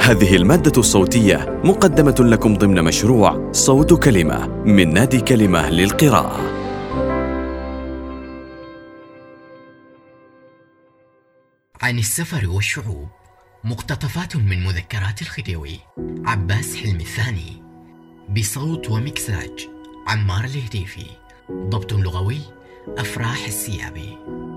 هذه المادة الصوتية مقدمة لكم ضمن مشروع صوت كلمة من نادي كلمة للقراءة. عن السفر والشعوب، مقتطفات من مذكرات الخديوي عباس حلمي الثاني، بصوت ومكساج عمار الهديفي، ضبط لغوي أفراح السيابي.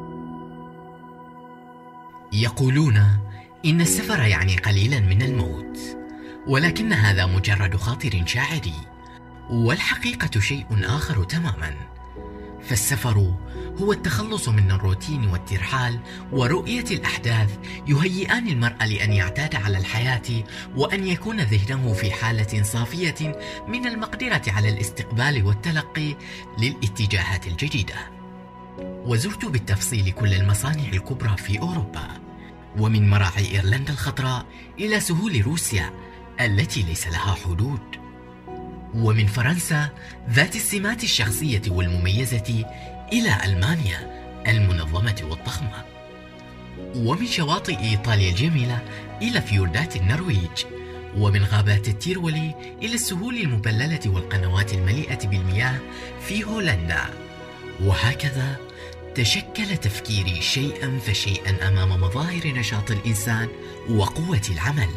يقولون إن السفر يعني قليلا من الموت، ولكن هذا مجرد خاطر شاعري، والحقيقة شيء آخر تماما. فالسفر هو التخلص من الروتين والترحال ورؤية الأحداث يهيئان المرء لأن يعتاد على الحياة، وأن يكون ذهنه في حالة صافية من المقدرة على الاستقبال والتلقي للاتجاهات الجديدة. وزرت بالتفصيل كل المصانع الكبرى في أوروبا، ومن مراعي إيرلندا الخضراء إلى سهول روسيا التي ليس لها حدود، ومن فرنسا ذات السمات الشخصية والمميزة إلى ألمانيا المنظمة والضخمة، ومن شواطئ إيطاليا الجميلة إلى فيوردات النرويج، ومن غابات التيرولي إلى السهول المبللة والقنوات المليئة بالمياه في هولندا. وهكذا تشكل تفكيري شيئا فشيئا أمام مظاهر نشاط الإنسان وقوة العمل.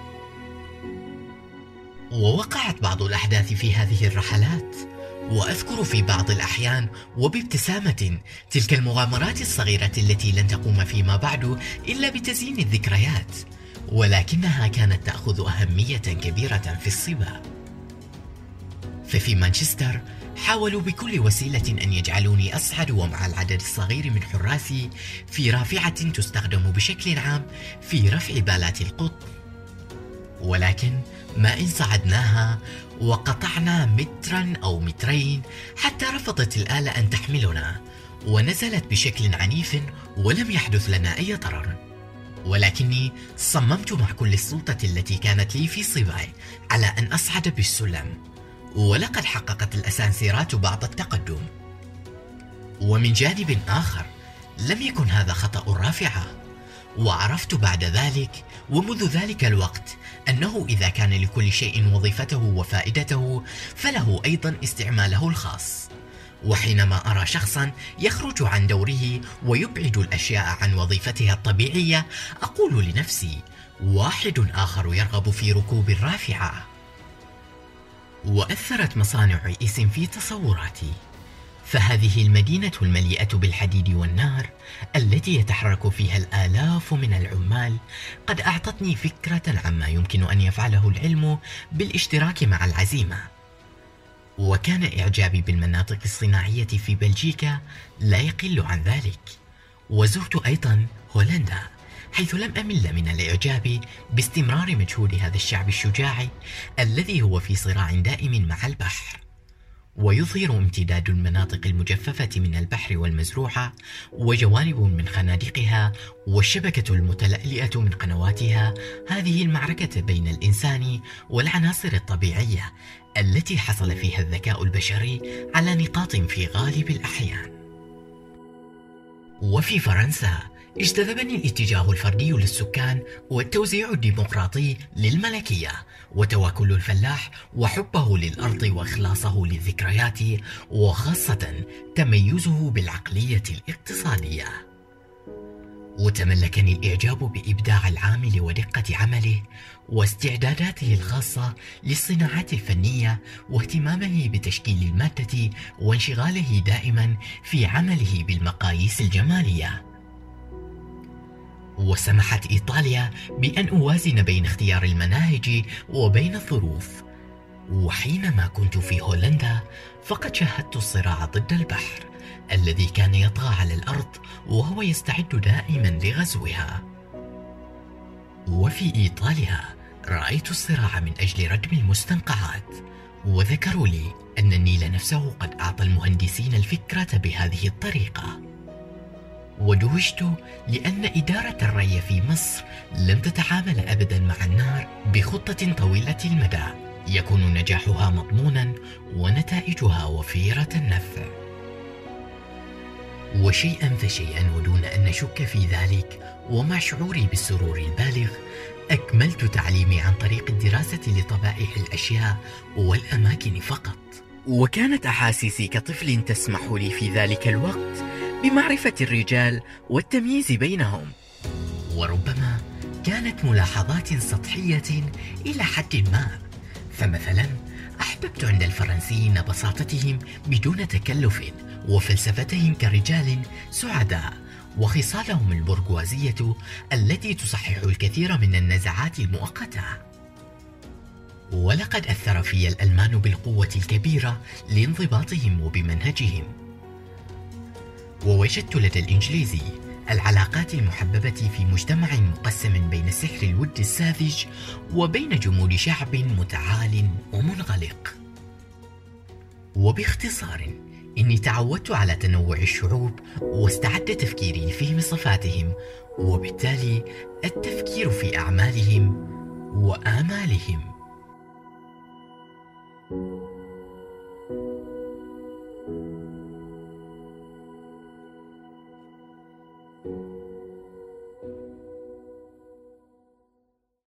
ووقعت بعض الأحداث في هذه الرحلات، وأذكر في بعض الأحيان وبابتسامة تلك المغامرات الصغيرة التي لن تقوم فيما بعد إلا بتزيين الذكريات، ولكنها كانت تأخذ أهمية كبيرة في الصبا. ففي مانشستر حاولوا بكل وسيلة أن يجعلوني أصعد ومع العدد الصغير من حراسي في رافعة تستخدم بشكل عام في رفع بالات القطن، ولكن ما إن صعدناها وقطعنا مترا أو مترين حتى رفضت الآلة أن تحملنا، ونزلت بشكل عنيف ولم يحدث لنا أي ضرر. ولكني صممت مع كل السلطة التي كانت لي في صباي على أن أصعد بالسلم، ولقد حققت الأسانسيرات بعض التقدم. ومن جانب آخر لم يكن هذا خطأ الرافعة، وعرفت بعد ذلك ومنذ ذلك الوقت أنه إذا كان لكل شيء وظيفته وفائدته فله أيضا استعماله الخاص. وحينما أرى شخصا يخرج عن دوره ويبعد الأشياء عن وظيفتها الطبيعية، أقول لنفسي: واحد آخر يرغب في ركوب الرافعة. وأثرت مصانع إيس في تصوراتي، فهذه المدينة المليئة بالحديد والنار التي يتحرك فيها الآلاف من العمال قد أعطتني فكرة عما يمكن أن يفعله العلم بالاشتراك مع العزيمة. وكان إعجابي بالمناطق الصناعية في بلجيكا لا يقل عن ذلك. وزرت أيضا هولندا، حيث لم أمل من الإعجاب باستمرار مجهود هذا الشعب الشجاع الذي هو في صراع دائم مع البحر. ويظهر امتداد المناطق المجففة من البحر والمزروعة وجوانب من خنادقها والشبكة المتلألئة من قنواتها هذه المعركة بين الإنسان والعناصر الطبيعية التي حصل فيها الذكاء البشري على نقاط في غالب الأحيان. وفي فرنسا اجتذبني الاتجاه الفردي للسكان والتوزيع الديمقراطي للملكية وتواكل الفلاح وحبه للأرض وإخلاصه للذكريات، وخاصة تميزه بالعقلية الاقتصادية. وتملكني الإعجاب بإبداع العامل ودقة عمله واستعداداته الخاصة للصناعات الفنية واهتمامه بتشكيل المادة وانشغاله دائما في عمله بالمقاييس الجمالية. وسمحت إيطاليا بأن أوازن بين اختيار المناهج وبين الظروف. وحينما كنت في هولندا فقد شاهدت الصراع ضد البحر الذي كان يطغى على الأرض وهو يستعد دائما لغزوها. وفي إيطاليا رأيت الصراع من أجل ردم المستنقعات، وذكروا لي أن النيل نفسه قد أعطى المهندسين الفكرة بهذه الطريقة. ودهشت لأن إدارة الري في مصر لم تتعامل أبدا مع النار بخطة طويلة المدى يكون نجاحها مضمونا ونتائجها وفيرة النفع. وشيئا فشيئا ودون أن نشك في ذلك، ومع شعوري بالسرور البالغ، أكملت تعليمي عن طريق الدراسة لطبائع الأشياء والأماكن فقط. وكانت أحاسيسي كطفل تسمح لي في ذلك الوقت بمعرفة الرجال والتمييز بينهم، وربما كانت ملاحظات سطحية إلى حد ما. فمثلا أحببت عند الفرنسيين بساطتهم بدون تكلف، وفلسفتهم كرجال سعداء، وخصالهم البرجوازية التي تصحح الكثير من النزعات المؤقتة. ولقد أثر في الألمان بالقوة الكبيرة لانضباطهم وبمنهجهم. ووجدت لدى الإنجليزي العلاقات المحببة في مجتمع مقسم بين سحر الود الساذج وبين جمود شعب متعال ومنغلق. وباختصار، إني تعودت على تنوع الشعوب واستعد تفكيري لفهم صفاتهم، وبالتالي التفكير في أعمالهم وآمالهم.